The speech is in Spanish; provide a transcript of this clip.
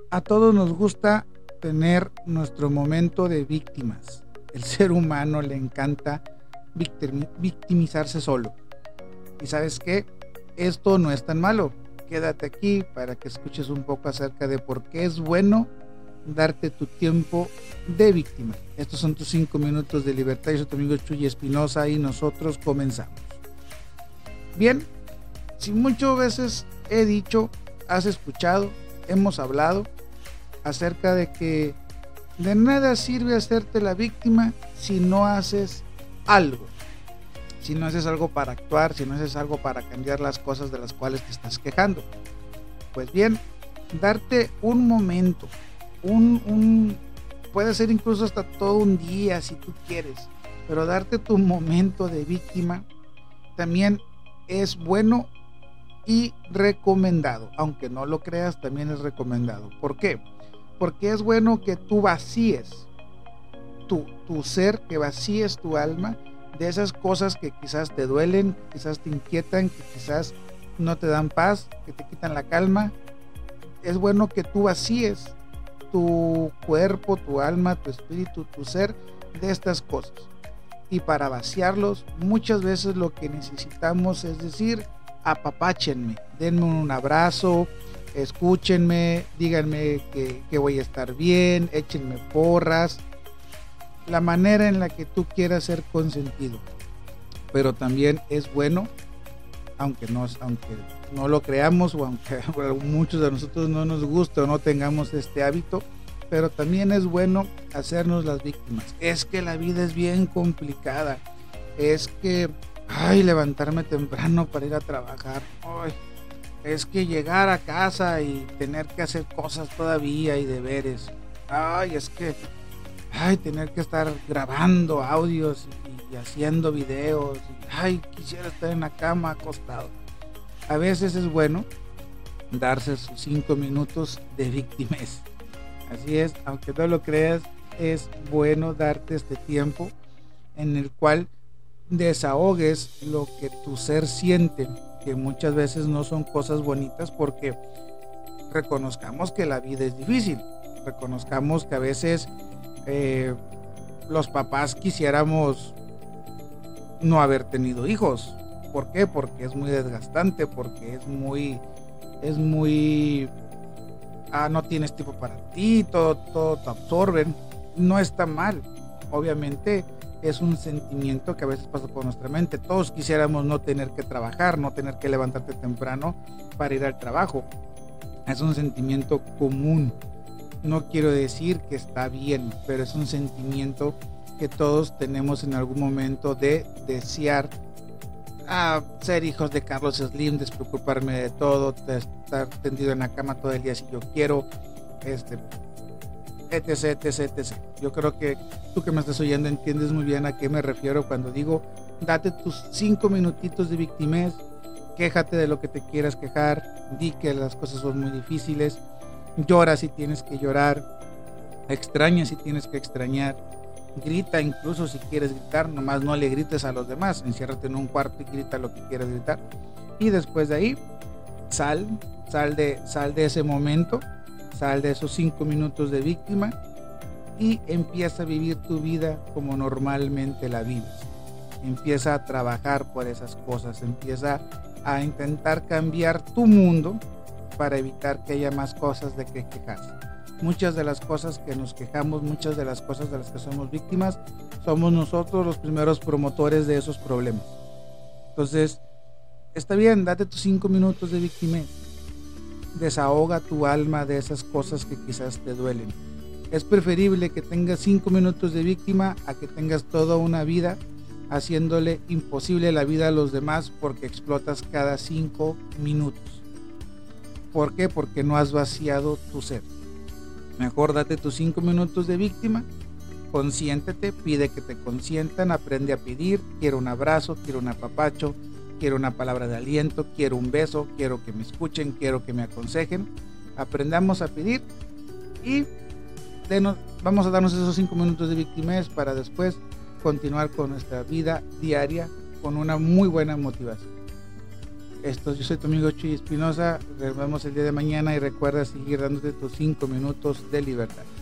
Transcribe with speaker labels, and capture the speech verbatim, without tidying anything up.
Speaker 1: A todos nos gusta tener nuestro momento de víctimas. El ser humano le encanta victimizarse solo. ¿Y sabes qué? Esto no es tan malo. Quédate aquí para que escuches un poco acerca de por qué es bueno darte tu tiempo de víctima. Estos son tus cinco minutos de libertad. Yo soy tu amigo Chuy Espinosa y nosotros comenzamos. Bien, si muchas veces he dicho, has escuchado, hemos hablado acerca de que de nada sirve hacerte la víctima si no haces algo. Si no haces algo para actuar, si no haces algo para cambiar las cosas de las cuales te estás quejando. Pues bien, darte un momento, un, un puede ser incluso hasta todo un día si tú quieres, pero darte tu momento de víctima también es bueno y recomendado. Aunque no lo creas, también es recomendado. ¿Por qué? Porque es bueno que tú vacíes tu, tu ser, que vacíes tu alma de esas cosas que quizás te duelen, quizás te inquietan, que quizás no te dan paz, que te quitan la calma. Es bueno que tú vacíes tu cuerpo, tu alma, tu espíritu, tu ser de estas cosas. Y para vaciarlos, muchas veces lo que necesitamos es decir, apapáchenme, denme un abrazo, escúchenme, díganme que, que voy a estar bien, échenme porras, la manera en la que tú quieras ser consentido. Pero también es bueno, aunque no, aunque no lo creamos o aunque a muchos de nosotros no nos guste o no tengamos este hábito, pero también es bueno hacernos las víctimas. Es que la vida es bien complicada, es que ay, levantarme temprano para ir a trabajar, ay, es que llegar a casa y tener que hacer cosas todavía y deberes, ay, es que ay, tener que estar grabando audios y, y haciendo videos, y, ay, quisiera estar en la cama acostado. A veces es bueno darse sus cinco minutos de víctimas. Así es, aunque no lo creas, es bueno darte este tiempo en el cual desahogues lo que tu ser siente, que muchas veces no son cosas bonitas, porque reconozcamos que la vida es difícil, reconozcamos que a veces eh, los papás quisiéramos no haber tenido hijos. ¿Por qué? Porque es muy desgastante, porque es muy es muy ah, no tienes tiempo para ti, todo, todo te absorben. No está mal, obviamente es un sentimiento que a veces pasa por nuestra mente. Todos quisiéramos no tener que trabajar, no tener que levantarte temprano para ir al trabajo. Es un sentimiento común. No quiero decir que está bien, pero es un sentimiento que todos tenemos en algún momento de desear a ser hijos de Carlos Slim, despreocuparme de todo, de estar tendido en la cama todo el día si yo quiero, este, etc, etc, etc. Yo creo que tú que me estás oyendo entiendes muy bien a qué me refiero cuando digo date tus cinco minutitos de victimez, quéjate de lo que te quieras quejar, di que las cosas son muy difíciles, llora si tienes que llorar, extraña si tienes que extrañar, grita incluso si quieres gritar, nomás no le grites a los demás, enciérrate en un cuarto y grita lo que quieras gritar, y después de ahí sal, sal de, sal de ese momento, sal de esos cinco minutos de víctima y empieza a vivir tu vida como normalmente la vives. Empieza a trabajar por esas cosas, empieza a intentar cambiar tu mundo para evitar que haya más cosas de que quejarse. Muchas de las cosas que nos quejamos, muchas de las cosas de las que somos víctimas, somos nosotros los primeros promotores de esos problemas. Entonces, está bien, date tus cinco minutos de víctima. Desahoga tu alma de esas cosas que quizás te duelen. Es preferible que tengas cinco minutos de víctima a que tengas toda una vida haciéndole imposible la vida a los demás porque explotas cada cinco minutos. ¿Por qué? Porque no has vaciado tu ser. Mejor date tus cinco minutos de víctima, consiéntete, pide que te consientan, aprende a pedir, quiero un abrazo, quiero un apapacho, quiero una palabra de aliento, quiero un beso, quiero que me escuchen, quiero que me aconsejen. Aprendamos a pedir y denos, vamos a darnos esos cinco minutos de victimez para después continuar con nuestra vida diaria con una muy buena motivación. Esto, yo soy tu amigo Chuy Espinosa. Nos vemos el día de mañana y recuerda seguir dándote tus cinco minutos de libertad.